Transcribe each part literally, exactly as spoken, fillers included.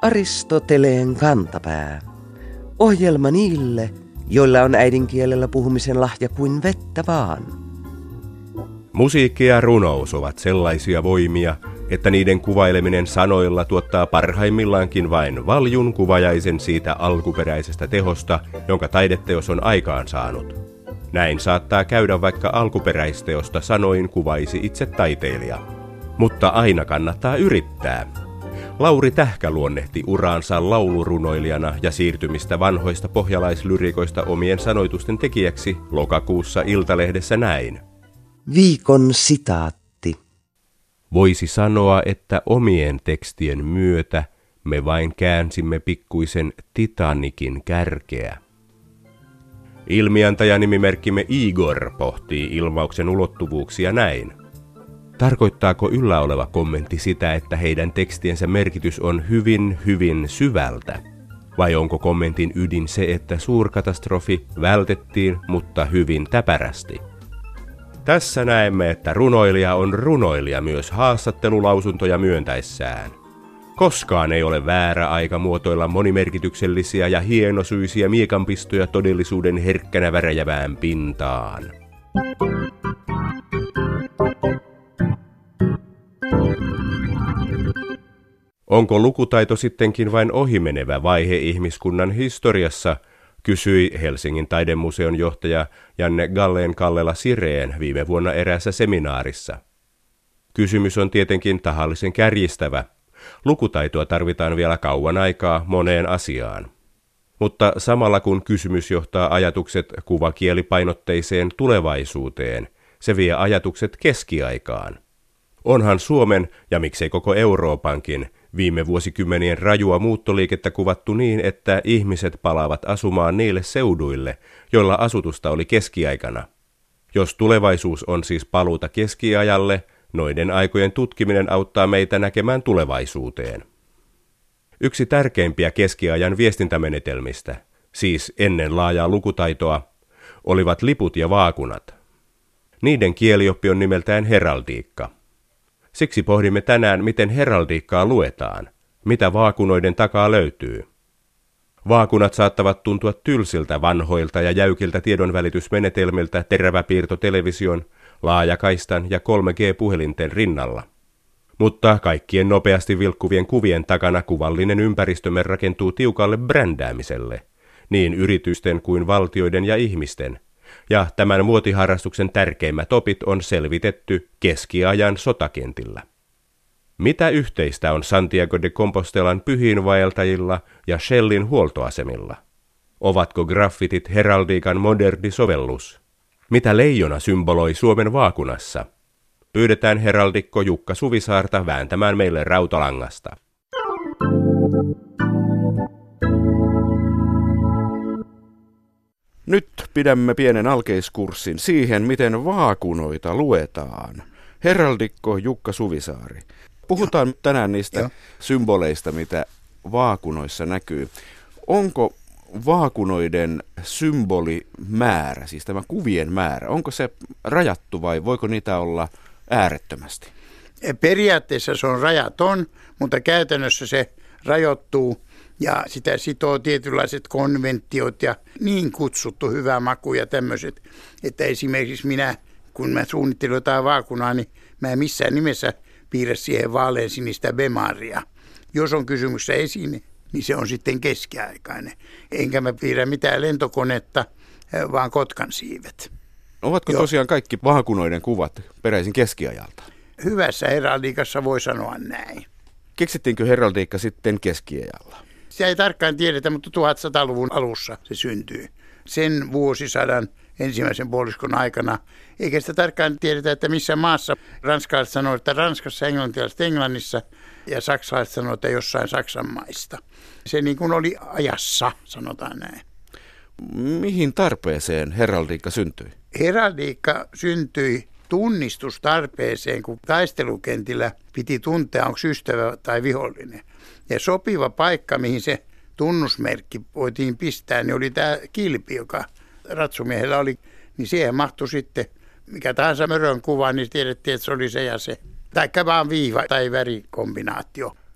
Aristoteleen kantapää. Ohjelma niille, joilla on äidinkielellä puhumisen lahja kuin vettä vaan. Musiikki ja runous ovat sellaisia voimia, että niiden kuvaileminen sanoilla tuottaa parhaimmillaankin vain valjun kuvajaisen siitä alkuperäisestä tehosta, jonka taideteos on aikaan saanut. Näin saattaa käydä, vaikka alkuperäisteosta sanoin kuvaisi itse taiteilija. Mutta aina kannattaa yrittää. Lauri Tähkä luonnehti uraansa laulurunoilijana ja siirtymistä vanhoista pohjalaislyrikoista omien sanoitusten tekijäksi lokakuussa Iltalehdessä näin. Viikon sitaatti. Voisi sanoa, että omien tekstien myötä me vain käänsimme pikkuisen Titanikin kärkeä. Ilmiantajanimimerkkimme Igor pohtii ilmauksen ulottuvuuksia näin. Tarkoittaako yllä oleva kommentti sitä, että heidän tekstiensä merkitys on hyvin, hyvin syvältä? Vai onko kommentin ydin se, että suurkatastrofi vältettiin, mutta hyvin täpärästi? Tässä näemme, että runoilija on runoilija myös haastattelulausuntoja myöntäessään. Koskaan ei ole väärä aika muotoilla monimerkityksellisiä ja hienosyisiä miekanpistoja todellisuuden herkkänä väräjävään pintaan. Onko lukutaito sittenkin vain ohimenevä vaihe ihmiskunnan historiassa, kysyi Helsingin taidemuseon johtaja Janne Galleen Kallela Sireen viime vuonna eräässä seminaarissa. Kysymys on tietenkin tahallisen kärjistävä. Lukutaitoa tarvitaan vielä kauan aikaa moneen asiaan. Mutta samalla kun kysymys johtaa ajatukset kuvakielipainotteiseen tulevaisuuteen, se vie ajatukset keskiaikaan. Onhan Suomen, ja miksei koko Euroopankin, viime vuosikymmenien rajua muuttoliikettä kuvattu niin, että ihmiset palaavat asumaan niille seuduille, joilla asutusta oli keskiaikana. Jos tulevaisuus on siis paluuta keskiajalle, noiden aikojen tutkiminen auttaa meitä näkemään tulevaisuuteen. Yksi tärkeimpiä keskiajan viestintämenetelmistä, siis ennen laajaa lukutaitoa, olivat liput ja vaakunat. Niiden kielioppi on nimeltään heraldiikka. Siksi pohdimme tänään, miten heraldiikkaa luetaan, mitä vaakunoiden takaa löytyy. Vaakunat saattavat tuntua tylsiltä vanhoilta ja jäykiltä tiedonvälitysmenetelmiltä teräväpiirtotelevision, laajakaistan ja kolme G-puhelinten rinnalla. Mutta kaikkien nopeasti vilkkuvien kuvien takana kuvallinen ympäristömme rakentuu tiukalle brändäämiselle, niin yritysten kuin valtioiden ja ihmisten. Ja tämän muotiharrastuksen tärkeimmät opit on selvitetty keskiajan sotakentillä. Mitä yhteistä on Santiago de Compostelan pyhiinvaeltajilla ja Shellin huoltoasemilla? Ovatko graffitit heraldiikan moderni sovellus? Mitä leijona symboloi Suomen vaakunassa? Pyydetään heraldikko Jukka Suvisaarta vääntämään meille rautalangasta. Nyt pidämme pienen alkeiskurssin siihen, miten vaakunoita luetaan. Heraldikko Jukka Suvisaari. Puhutaan ja. tänään niistä ja. symboleista, mitä vaakunoissa näkyy. Onko vaakunoiden symbolimäärä, siis tämä kuvien määrä, onko se rajattu vai voiko niitä olla äärettömästi? Periaatteessa se on rajaton, mutta käytännössä se rajoittuu ja sitä sitoo tietynlaiset konventiot ja niin kutsuttu hyvä maku ja tämmöiset, että esimerkiksi minä, kun mä suunnittelin jotain vaakunaa, niin mä en missään nimessä piirrä siihen vaaleansinistä bemaria. Jos on kysymyksessä esine, niin se on sitten keskiaikainen. Enkä mä piirrä mitään lentokonetta, vaan kotkan siivet. Ovatko Joo. tosiaan kaikki vaakunoiden kuvat peräisin keskiajalta? Hyvässä heraldiikassa voi sanoa näin. Keksittiinkö heraldiikka sitten keskiajalla? Se ei tarkkaan tiedetä, mutta tuhatsataluvun alussa se syntyy. Sen vuosisadan ensimmäisen puoliskon aikana. Eikä sitä tarkkaan tiedetä, että missä maassa. Ranskalaiset sanoo, että Ranskassa, englantilaiset Englannissa ja saksalaiset sanoo, että jossain Saksan maista. Se niin kuin oli ajassa, sanotaan näin. Mihin tarpeeseen heraldiikka syntyi? Heraldiikka syntyi tunnistustarpeeseen, kun taistelukentillä piti tuntea, onko ystävä tai vihollinen. Ja sopiva paikka, mihin se tunnusmerkki voitiin pistää, niin oli tämä kilpi, joka ratsumiehellä oli. Niin siihen mahtui sitten mikä tahansa mörön kuva, niin tiedettiin, että se oli se ja se. Taikka vaan viiva tai värikombinaatio.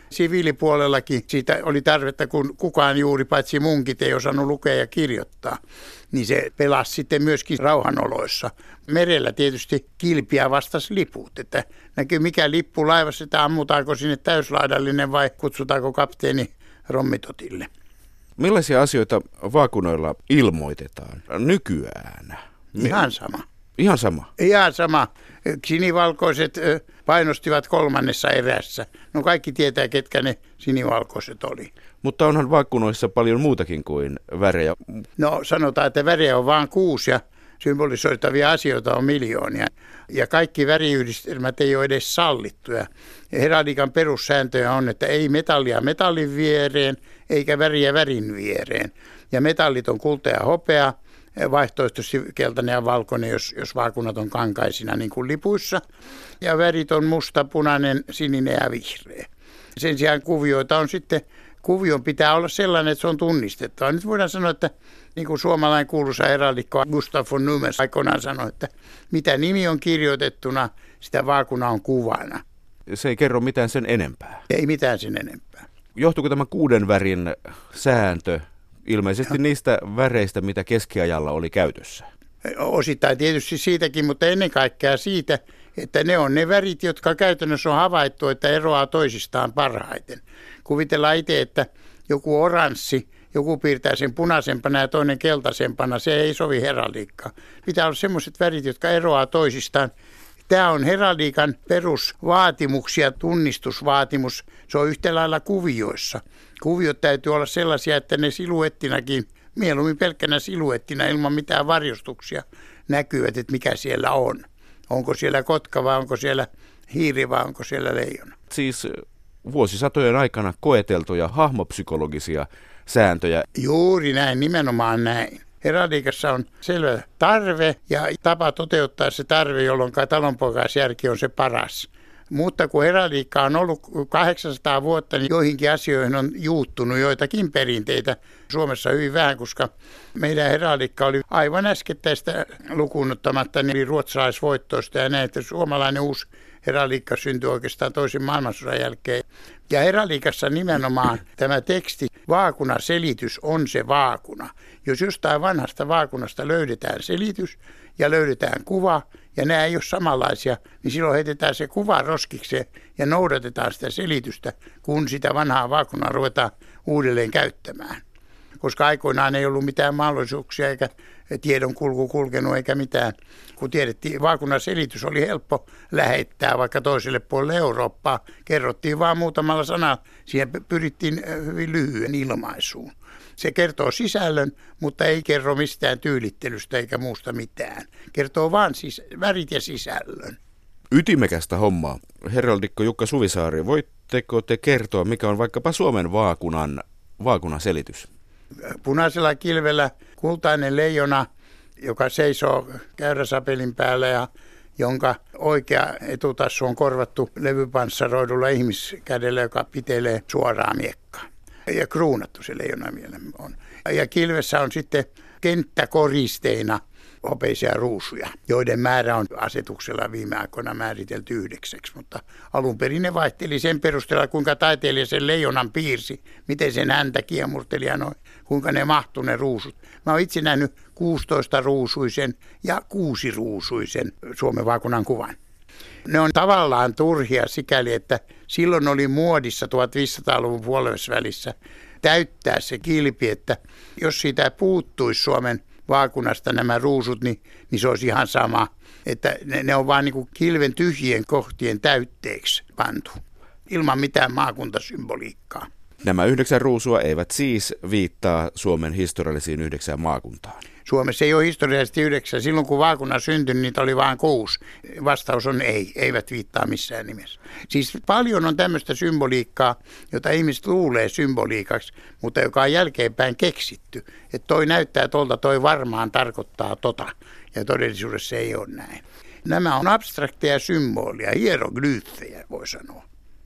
Siviilipuolellakin siitä oli tarvetta, kun kukaan juuri paitsi munkit ei osannut lukea ja kirjoittaa. Niin se pelasi sitten myöskin rauhanoloissa. Merellä tietysti kilpiä vastasi liput, että näkyy mikä lippu laivassa, että ammutaanko sinne täyslaidallinen vai kutsutaanko kapteeni rommitotille. Millaisia asioita vaakunoilla ilmoitetaan nykyään? Ihan sama. Ihan sama? Ihan sama. Sinivalkoiset painostivat kolmannessa erässä. No kaikki tietää, ketkä ne sinivalkoiset oli. Mutta onhan vaakunoissa paljon muutakin kuin värejä. No sanotaan, että värejä on vain kuusi ja symbolisoitavia asioita on miljoonia. Ja kaikki väriyhdistelmät ei ole edes sallittuja. Heraldiikan perussääntöjä on, että ei metallia metallin viereen eikä väriä värin viereen. Ja metallit on kulta ja hopea, vaihtoehtoisesti keltainen ja valkoinen, jos, jos vaakunat on kankaisina niin kuin lipuissa. Ja värit on musta, punainen, sininen ja vihreä. Sen sijaan kuvioita on sitten, kuvion pitää olla sellainen, että se on tunnistettava. Nyt voidaan sanoa, että niin kuin suomalainen kuuluisa heraldikko Gustav von Numes aikoinaan sanoi, että mitä nimi on kirjoitettuna, sitä vaakuna on kuvana. Se ei kerro mitään sen enempää. Ei mitään sen enempää. Johtuuko tämä kuuden värin sääntö ilmeisesti no. niistä väreistä, mitä keskiajalla oli käytössä? Osittain tietysti siitäkin, mutta ennen kaikkea siitä, että ne on ne värit, jotka käytännössä on havaittu, että eroaa toisistaan parhaiten. Kuvitellaan itse, että joku oranssi, joku piirtää sen punaisempana ja toinen keltaisempana, se ei sovi heraldiikkaan. Pitää olla sellaiset värit, jotka eroaa toisistaan. Tämä on heraldiikan perusvaatimuksia, tunnistusvaatimus. Se on yhtä lailla kuvioissa. Kuviot täytyy olla sellaisia, että ne siluettinakin, mieluummin pelkkänä siluettina ilman mitään varjostuksia näkyvät, että mikä siellä on. Onko siellä kotka vai onko siellä hiiri vai onko siellä leijona. Siis vuosisatojen aikana koeteltuja hahmopsykologisia sääntöjä. Juuri näin, nimenomaan näin. Heraldiikassa on selvä tarve ja tapa toteuttaa se tarve, jolloin talonpoikaisjärki on se paras. Mutta kun heraldiikka on ollut kahdeksansataa vuotta, niin joihinkin asioihin on juuttunut joitakin perinteitä Suomessa hyvin vähän, koska meidän heraldiikka oli aivan äskettäistä lukuun ottamatta niin ruotsalaisvoittoista ja näin, että suomalainen uusi heraldiikka syntyi oikeastaan toisen maailmansodan jälkeen. Ja heraldiikassa nimenomaan tämä teksti, vaakunaselitys on se vaakuna. Jos jostain vanhasta vaakunasta löydetään selitys ja löydetään kuva, ja nämä ei ole samanlaisia, niin silloin heitetään se kuva roskikseen ja noudatetaan sitä selitystä, kun sitä vanhaa vaakunaa ruvetaan uudelleen käyttämään. Koska aikoinaan ei ollut mitään mahdollisuuksia eikä tiedon kulku kulkenut eikä mitään. Kun tiedettiin, vaakunan selitys oli helppo lähettää vaikka toiselle puolelle Eurooppaa. Kerrottiin vaan muutamalla sanalla, siihen pyrittiin hyvin lyhyen ilmaisuun. Se kertoo sisällön, mutta ei kerro mistään tyylittelystä eikä muusta mitään. Kertoo vaan siis värit ja sisällön. Ytimekästä hommaa. Heraldikko Jukka Suvisaari, voitteko te kertoa, mikä on vaikkapa Suomen vaakunan, vaakunan selitys? Punaisella kilvellä kultainen leijona, joka seisoo käyräsapelin päällä ja jonka oikea etutassu on korvattu levypanssaroidulla ihmiskädellä, joka pitelee suoraan miekkaa. Ja kruunattu se leijona vielä on. Ja kilvessä on sitten kenttäkoristeina hopeisia ruusuja, joiden määrä on asetuksella viime aikoina määritelty yhdeksäksi, mutta alun perin ne vaihteli sen perusteella, kuinka taiteilija sen leijonan piirsi, miten sen häntä kiemurteli ja noin, kuinka ne mahtui ne ruusut. Mä oon itse nähnyt kuusitoista ruusuisen ja kuusi ruusuisen Suomen vaakunan kuvan. Ne on tavallaan turhia sikäli, että silloin oli muodissa tuhatviisisataaluvun puolivälistä täyttää se kilpi, että jos siitä puuttuisi Suomen vaakunasta nämä ruusut, niin, niin se olisi ihan sama, että ne, ne on vaan niin kuin kilven tyhjien kohtien täytteeksi pantu, ilman mitään maakuntasymboliikkaa. Nämä yhdeksän ruusua eivät siis viittaa Suomen historiallisiin yhdeksään maakuntaan. Suomessa ei ole historiallisesti yhdeksän. Silloin kun vaakuna syntyi, niitä oli vain kuusi. Vastaus on ei, eivät viittaa missään nimessä. Siis paljon on tämmöistä symboliikkaa, jota ihmiset luulee symboliikaksi, mutta joka on jälkeenpäin keksitty. Että toi näyttää tuolta, toi varmaan tarkoittaa tota. Ja todellisuudessa se ei ole näin. Nämä on abstrakteja symbolia, hieroglyffejä voi sanoa.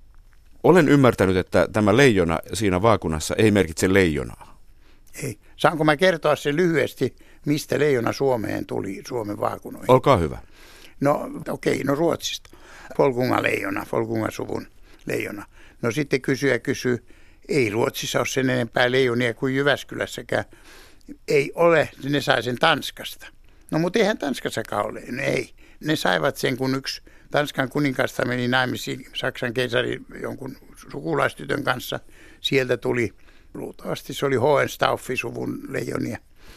Olen ymmärtänyt, että tämä leijona siinä vaakunassa ei merkitse leijonaa. Ei. Saanko mä kertoa sen lyhyesti, mistä leijona Suomeen tuli, Suomen vaakunoihin? Olkaa hyvä. No okei, okay, no Ruotsista. Folkunga leijona, Folkunga suvun leijona. No sitten kysyjä kysyy, ei Ruotsissa ole sen enempää leijonia kuin Jyväskylässäkään. Ei ole, ne sai sen Tanskasta. No mutta eihän Tanskassakaan ole, no, ei. Ne saivat sen, kun yksi Tanskan kuninkaasta meni naimisiin Saksan keisarin jonkun sukulaistytön kanssa. Sieltä tuli, luultavasti se oli Hohenstauff-suvun leijonia.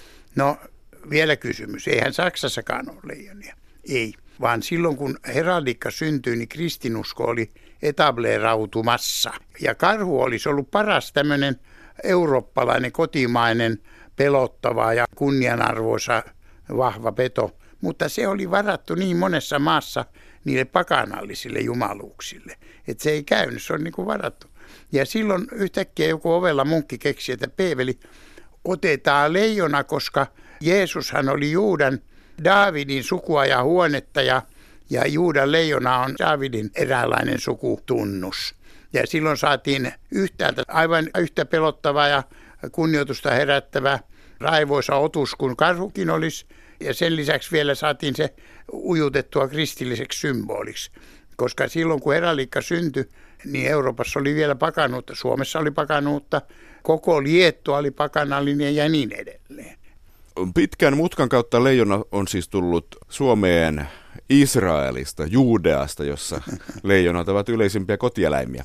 No vielä kysymys, eihän Saksassakaan ole leijonia. Ei, vaan silloin kun heraldiikka syntyi, niin kristinusko oli etableerautumassa. Ja karhu olisi ollut paras tämmöinen eurooppalainen, kotimainen, pelottava ja kunnianarvoisa vahva peto. Mutta se oli varattu niin monessa maassa niille pakanallisille jumaluuksille, että se ei käynyt, se on niin kuin varattu. Ja silloin yhtäkkiä joku ovella munkki keksi, että Peeveli, otetaan leijona, koska Jeesushan oli Juudan Daavidin sukua ja huonetta ja, ja Juudan leijona on Daavidin eräänlainen sukutunnus. Ja silloin saatiin yhtäältä aivan yhtä pelottava ja kunnioitusta herättävä raivoisa otus kuin karhukin olisi. Ja sen lisäksi vielä saatiin se ujutettua kristilliseksi symboliksi. Koska silloin kun heraldiikka syntyi, niin Euroopassa oli vielä pakanuutta, Suomessa oli pakanuutta, koko Liettua oli pakanallinen ja niin edelleen. Pitkän mutkan kautta leijona on siis tullut Suomeen Israelista, Juudeasta, jossa leijonat ovat yleisimpiä kotieläimiä.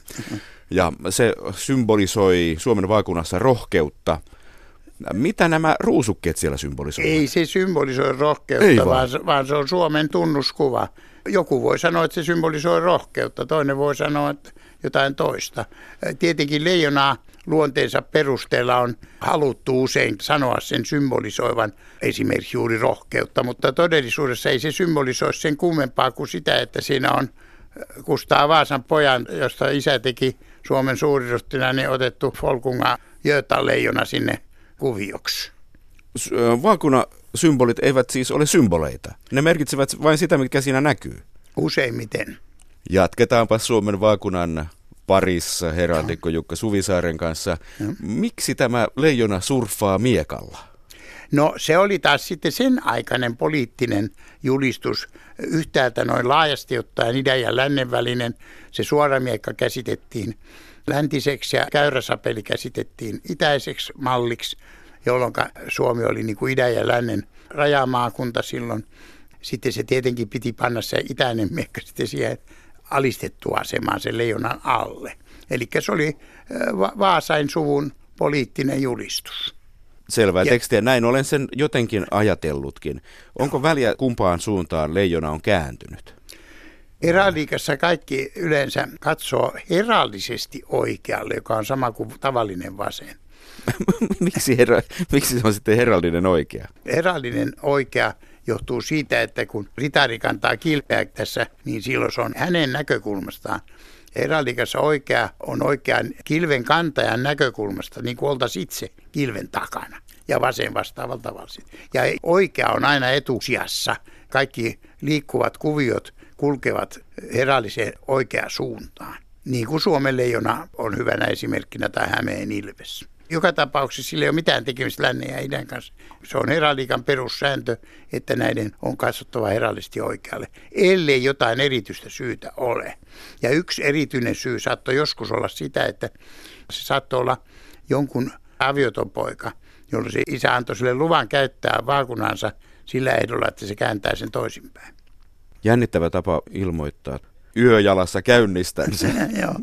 Ja se symbolisoi Suomen vaakunassa rohkeutta. Mitä nämä ruusukkeet siellä symbolisoivat? Ei se symbolisoi rohkeutta, vaan. Vaan, vaan se on Suomen tunnuskuva. Joku voi sanoa, että se symbolisoi rohkeutta, toinen voi sanoa, että jotain toista. Tietenkin leijonaa luonteensa perusteella on haluttu usein sanoa sen symbolisoivan esimerkiksi juuri rohkeutta, mutta todellisuudessa ei se symbolisoi sen kummempaa kuin sitä, että siinä on Kustaa Vaasan pojan, josta isä teki Suomen suuriruhtinaan, niin otettu Folkunga Göta-leijona sinne kuvioksi. Vaakunasymbolit eivät siis ole symboleita. Ne merkitsevät vain sitä, mikä siinä näkyy. Useimmiten. Jatketaanpa Suomen vaakunan parissa heraldikko Jukka Suvisaaren kanssa. No. Miksi tämä leijona surffaa miekalla? No se oli taas sitten sen aikainen poliittinen julistus. Yhtäältä noin laajasti ottaen idän ja lännen välinen se suoramiekka käsitettiin läntiseksi ja käyräsapeli käsitettiin itäiseksi malliksi, jolloin Suomi oli niin kuin idän ja lännen rajamaakunta silloin. Sitten se tietenkin piti panna se itäinen miekka sitten siihen alistettua asemaan sen leijonan alle. Eli se oli Vaasain suvun poliittinen julistus. Selvää tekstiä. Näin olen sen jotenkin ajatellutkin. Onko väliä kumpaan suuntaan leijona on kääntynyt? Heraldiikassa kaikki yleensä katsoo heraldisesti oikealle, joka on sama kuin tavallinen vasen. miksi, hera, miksi se on sitten heraldinen oikea? Heraldinen oikea johtuu siitä, että kun ritari kantaa kilpeä tässä, niin silloin se on hänen näkökulmastaan. Heraldikassa oikea on oikean kilven kantajan näkökulmasta, niin kuin oltaisiin itse kilven takana ja vasen vastaavalla tavalla. Ja oikea on aina etusijassa. Kaikki liikkuvat kuviot kulkevat heraldiseen oikeaan suuntaan. Niin kuin Suomen leijona on hyvänä esimerkkinä tai Hämeen ilves. Joka tapauksessa sillä ei ole mitään tekemistä lännen ja idän kanssa. Se on heraldiikan perussääntö, että näiden on katsottava heraldisesti oikealle, ellei jotain erityistä syytä ole. Ja yksi erityinen syy saattoi joskus olla sitä, että se saattoi olla jonkun avioton poika, jolloin se isä antoi sille luvan käyttää vaakunansa sillä ehdolla, että se kääntää sen toisinpäin. Jännittävä tapa ilmoittaa yöjalassa käynnistänsä. Joo.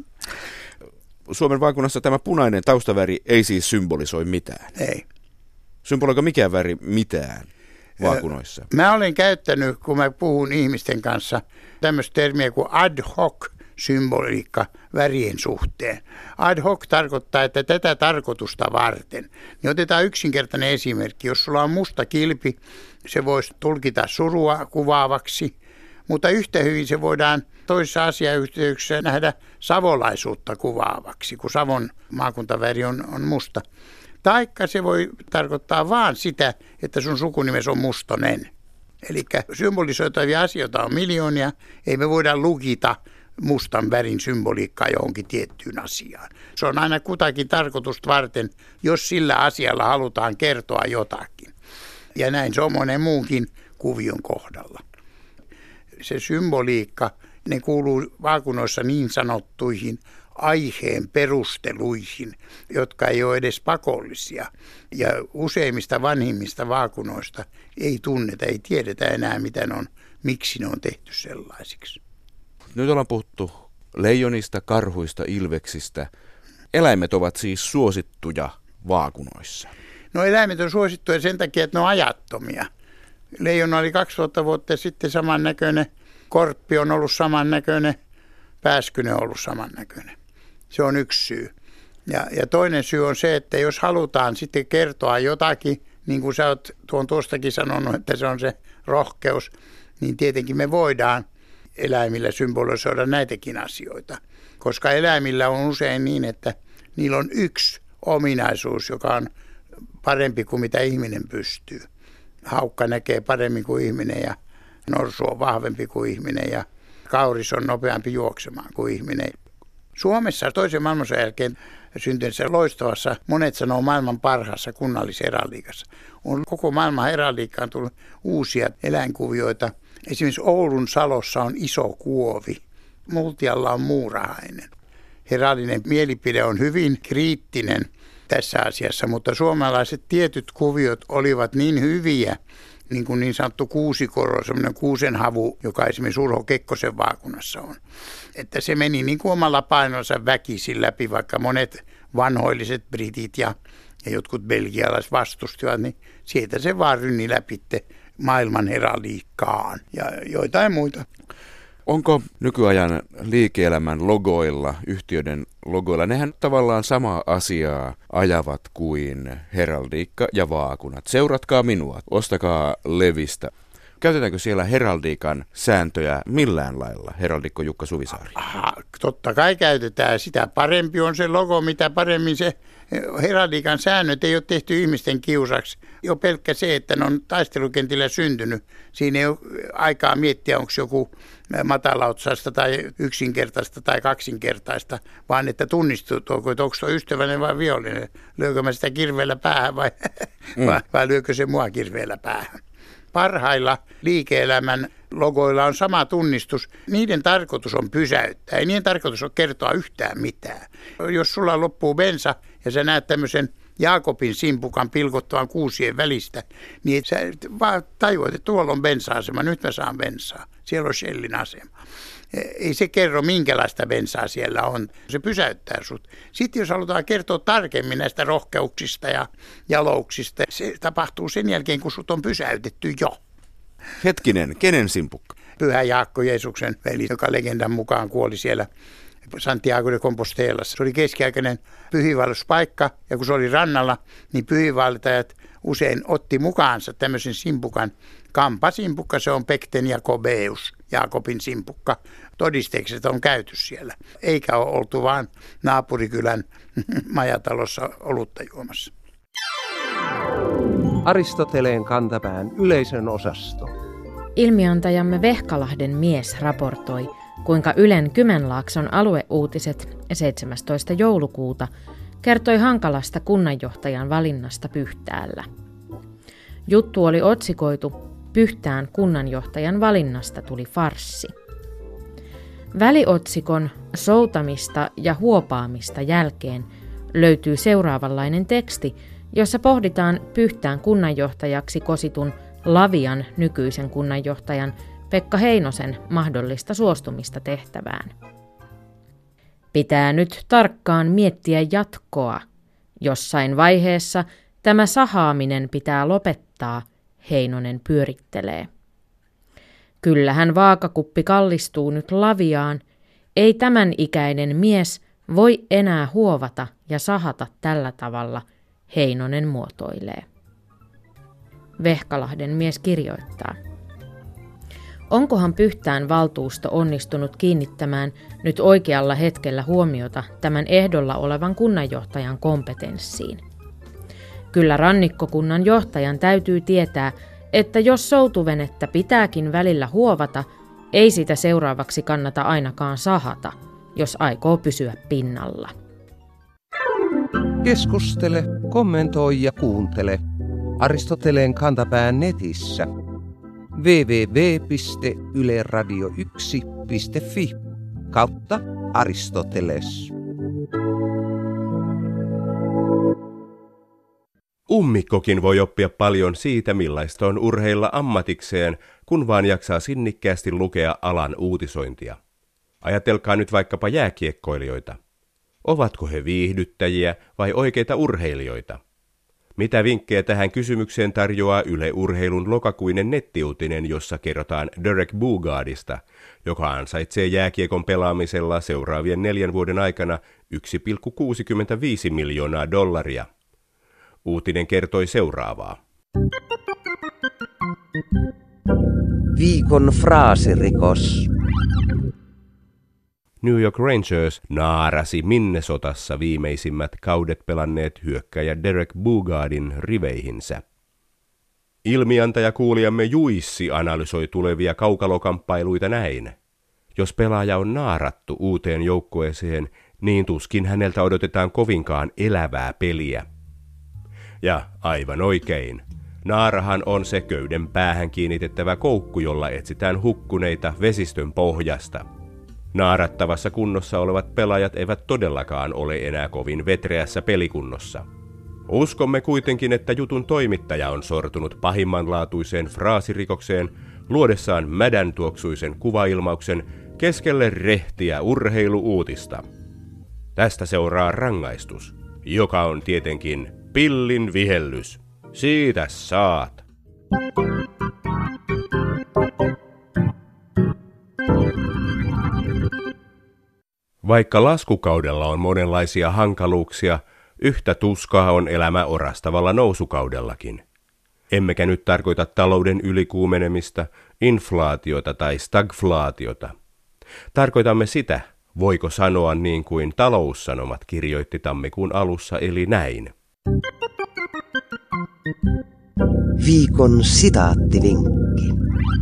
Suomen vaakunassa tämä punainen taustaväri ei siis symbolisoi mitään. Ei. Symboloiko mikään väri mitään vaakunoissa? Mä olen käyttänyt, kun mä puhun ihmisten kanssa, tämmöistä termiä kuin ad hoc symboliikka värien suhteen. Ad hoc tarkoittaa, että tätä tarkoitusta varten. Niin otetaan yksinkertainen esimerkki. Jos sulla on musta kilpi, se voisi tulkita surua kuvaavaksi, mutta yhtä hyvin se voidaan toisessa asiayhteyksissä nähdä savolaisuutta kuvaavaksi, kun Savon maakuntaväri on, on musta. Taikka se voi tarkoittaa vaan sitä, että sun sukunimes on Mustonen. Eli symbolisoitavia asioita on miljoonia, ei me voida lukita mustan värin symboliikkaa johonkin tiettyyn asiaan. Se on aina kutakin tarkoitusta varten, jos sillä asialla halutaan kertoa jotakin. Ja näin se on monen muunkin kuvion kohdalla. Se symboliikka Ne kuuluu vaakunoissa niin sanottuihin aiheen perusteluihin, jotka ei ole edes pakollisia. Ja useimmista vanhimmista vaakunoista ei tunneta, ei tiedetä enää, mitä ne on, miksi ne on tehty sellaisiksi. Nyt ollaan puhuttu leijonista, karhuista, ilveksistä. Eläimet ovat siis suosittuja vaakunoissa. No eläimet on suosittuja sen takia, että ne on ajattomia. Leijona oli kaksituhatta vuotta sitten samannäköinen, korppi on ollut samannäköinen, pääskynen on ollut samannäköinen. Se on yksi syy. Ja, ja toinen syy on se, että jos halutaan sitten kertoa jotakin, niin kuin sä oot tuon tuostakin sanonut, että se on se rohkeus, niin tietenkin me voidaan eläimillä symbolisoida näitäkin asioita. Koska eläimillä on usein niin, että niillä on yksi ominaisuus, joka on parempi kuin mitä ihminen pystyy. Haukka näkee paremmin kuin ihminen ja norsu on vahvempi kuin ihminen ja kauris on nopeampi juoksemaan kuin ihminen. Suomessa toisen maailmansodan jälkeen syntyneessä loistavassa, monet sanoo maailman parhaassa kunnallisheraldiikassa. On koko maailman heraldiikkaan tullut uusia eläinkuvioita. Esimerkiksi Oulun Salossa on iso kuovi. Multialla on muurahainen. Heraldinen mielipide on hyvin kriittinen tässä asiassa, mutta suomalaiset tietyt kuviot olivat niin hyviä, niin kuin niin sanottu kuusikoro, semmoinen kuusenhavu, joka esimerkiksi Urho Kekkosen vaakunassa on. Että se meni niin kuin omalla painonsa väkisin läpi, vaikka monet vanhoilliset britit ja, ja jotkut belgialaiset vastustivat, niin sieltä se vaan rynni läpi maailman heraldiikkaan ja joitain muita. Onko nykyajan liike-elämän logoilla, yhtiöiden logoilla, nehän tavallaan samaa asiaa ajavat kuin heraldiikka ja vaakunat? Seuratkaa minua, ostakaa Levistä. Käytetäänkö siellä heraldiikan sääntöjä millään lailla, heraldikko Jukka Suvisaari? Aha, totta kai käytetään. Sitä parempi on se logo, mitä paremmin se heraldiikan säännöt ei ole tehty ihmisten kiusaksi. Jo pelkkä se, että ne on taistelukentillä syntynyt. Siinä ei ole aikaa miettiä, onko joku matalautsasta tai yksinkertaista tai kaksinkertaista, vaan että tunnistuu, että onko tuo ystävällinen vai vihollinen. Lyökö mä sitä kirveellä päähän vai, mm. vai, vai lyökö se mua kirveellä päähän. Parhailla liike-elämän logoilla on sama tunnistus. Niiden tarkoitus on pysäyttää. Ei niiden tarkoitus on kertoa yhtään mitään. Jos sulla loppuu bensa ja sä näet tämmöisen Jaakobin simpukan pilkottavan kuusien välistä, niin sä vaan tajuat, että tuolla on bensa-asema, nyt mä saan bensaa. Siellä on Shellin asema. Ei se kerro, minkälaista bensaa siellä on. Se pysäyttää sut. Sitten jos halutaan kertoa tarkemmin näistä rohkeuksista ja jalouksista, se tapahtuu sen jälkeen, kun sut on pysäytetty jo. Hetkinen, kenen simpukka? Pyhä Jaakko, Jeesuksen veli, joka legendan mukaan kuoli siellä Santiago de Compostelassa. Se oli keskiaikainen pyhiinvaelluspaikka, ja kun se oli rannalla, niin pyhiinvaeltajat usein otti mukaansa tämmöisen simpukan. Kampasimpukka, se on Pekten Jakobeus, Jaakobin simpukka. Todisteeksi, että on käyty siellä. Eikä ole oltu vaan naapurikylän majatalossa olutta juomassa. Aristoteleen kantapään yleisön osasto. Ilmiantajamme Vehkalahden mies raportoi, kuinka Ylen Kymenlaakson alueuutiset seitsemästoista joulukuuta kertoi hankalasta kunnanjohtajan valinnasta Pyhtäällä. Juttu oli otsikoitu Pyhtään kunnanjohtajan valinnasta tuli farssi. Väliotsikon soutamista ja huopaamista jälkeen löytyy seuraavanlainen teksti, jossa pohditaan Pyhtään kunnanjohtajaksi kositun Lavian nykyisen kunnanjohtajan Pekka Heinosen mahdollista suostumista tehtävään. Pitää nyt tarkkaan miettiä jatkoa. Jossain vaiheessa tämä sahaaminen pitää lopettaa, Heinonen pyörittelee. Kyllähän vaakakuppi kallistuu nyt Laviaan. Ei tämän ikäinen mies voi enää huovata ja sahata tällä tavalla, Heinonen muotoilee. Vehkalahden mies kirjoittaa. Onkohan Pyhtään valtuusto onnistunut kiinnittämään nyt oikealla hetkellä huomiota tämän ehdolla olevan kunnanjohtajan kompetenssiin? Kyllä rannikkokunnan johtajan täytyy tietää, että jos soutuvenettä pitääkin välillä huovata, ei sitä seuraavaksi kannata ainakaan sahata, jos aikoo pysyä pinnalla. Keskustele, kommentoi ja kuuntele. Aristoteleen kantapään netissä. www piste yle radio yksi piste fi kautta Aristoteles. Ummikkokin voi oppia paljon siitä, millaista on urheilla ammatikseen, kun vaan jaksaa sinnikkäästi lukea alan uutisointia. Ajatelkaa nyt vaikkapa jääkiekkoilijoita. Ovatko he viihdyttäjiä vai oikeita urheilijoita? Mitä vinkkejä tähän kysymykseen tarjoaa Yle Urheilun lokakuinen nettiuutinen, jossa kerrotaan Derek Boogaardista, joka ansaitsee jääkiekon pelaamisella seuraavien neljän vuoden aikana yksi pilkku kuusikymmentäviisi miljoonaa dollaria. Uutinen kertoi seuraavaa. Viikon fraasirikos. New York Rangers naarasi Minnesotassa viimeisimmät kaudet pelanneet hyökkäjä Derek Boogaardin riveihinsä. Ilmiantajakuulijamme Juissi analysoi tulevia kaukalokamppailuita näin. Jos pelaaja on naarattu uuteen joukkueeseen, niin tuskin häneltä odotetaan kovinkaan elävää peliä. Ja aivan oikein. Naarahan on se köyden päähän kiinnitettävä koukku, jolla etsitään hukkuneita vesistön pohjasta. Naarattavassa kunnossa olevat pelaajat eivät todellakaan ole enää kovin vetreässä pelikunnossa. Uskomme kuitenkin, että jutun toimittaja on sortunut pahimmanlaatuiseen fraasirikokseen luodessaan mädän tuoksuisen kuvailmauksen keskelle rehtiä urheiluuutista. Tästä seuraa rangaistus, joka on tietenkin pillin vihellys. Siitä saat. Vaikka laskukaudella on monenlaisia hankaluuksia, yhtä tuskaa on elämä orastavalla nousukaudellakin. Emmekä nyt tarkoita talouden ylikuumenemista, inflaatiota tai stagflaatiota. Tarkoitamme sitä, voiko sanoa niin kuin Taloussanomat kirjoitti tammikuun alussa, eli näin. Viikon sitaattivinkki.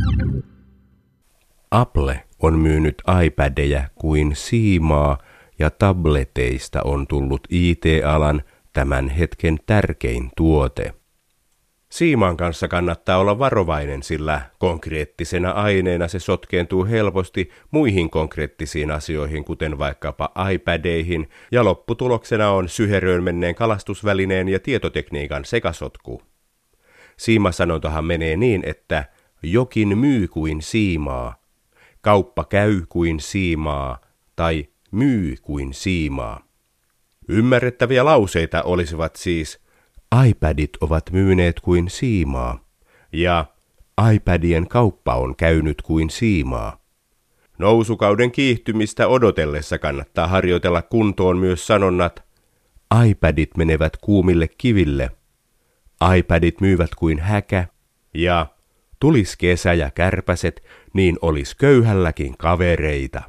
Apple on myynyt iPadeja kuin siimaa ja tableteista on tullut I T-alan tämän hetken tärkein tuote. Siiman kanssa kannattaa olla varovainen, sillä konkreettisena aineena se sotkeentuu helposti muihin konkreettisiin asioihin, kuten vaikkapa iPadeihin, ja lopputuloksena on syheröön menneen kalastusvälineen ja tietotekniikan sekasotku. Siimasanontahan menee niin, että jokin myy kuin siimaa, kauppa käy kuin siimaa tai myy kuin siimaa. Ymmärrettäviä lauseita olisivat siis iPadit ovat myyneet kuin siimaa ja iPadien kauppa on käynyt kuin siimaa. Nousukauden kiihtymistä odotellessa kannattaa harjoitella kuntoon myös sanonnat iPadit menevät kuumille kiville, iPadit myyvät kuin häkä ja tulis kesä ja kärpäset, niin olis köyhälläkin kavereita.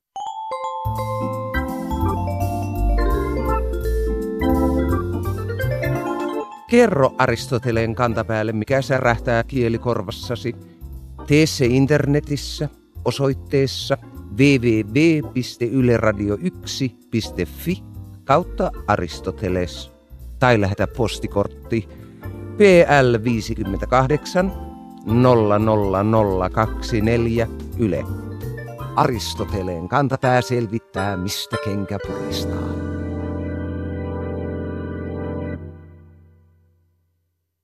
Kerro Aristoteleen kantapäälle, mikä särähtää kielikorvassasi. Tee se internetissä osoitteessa www piste yle radio yksi piste fi kautta Aristoteles tai lähetä postikortti P L viisikymmentäkahdeksan nolla nolla nolla kaksikymmentäneljä Yle. Aristoteleen kantapää selvittää, mistä kenkä puristaa.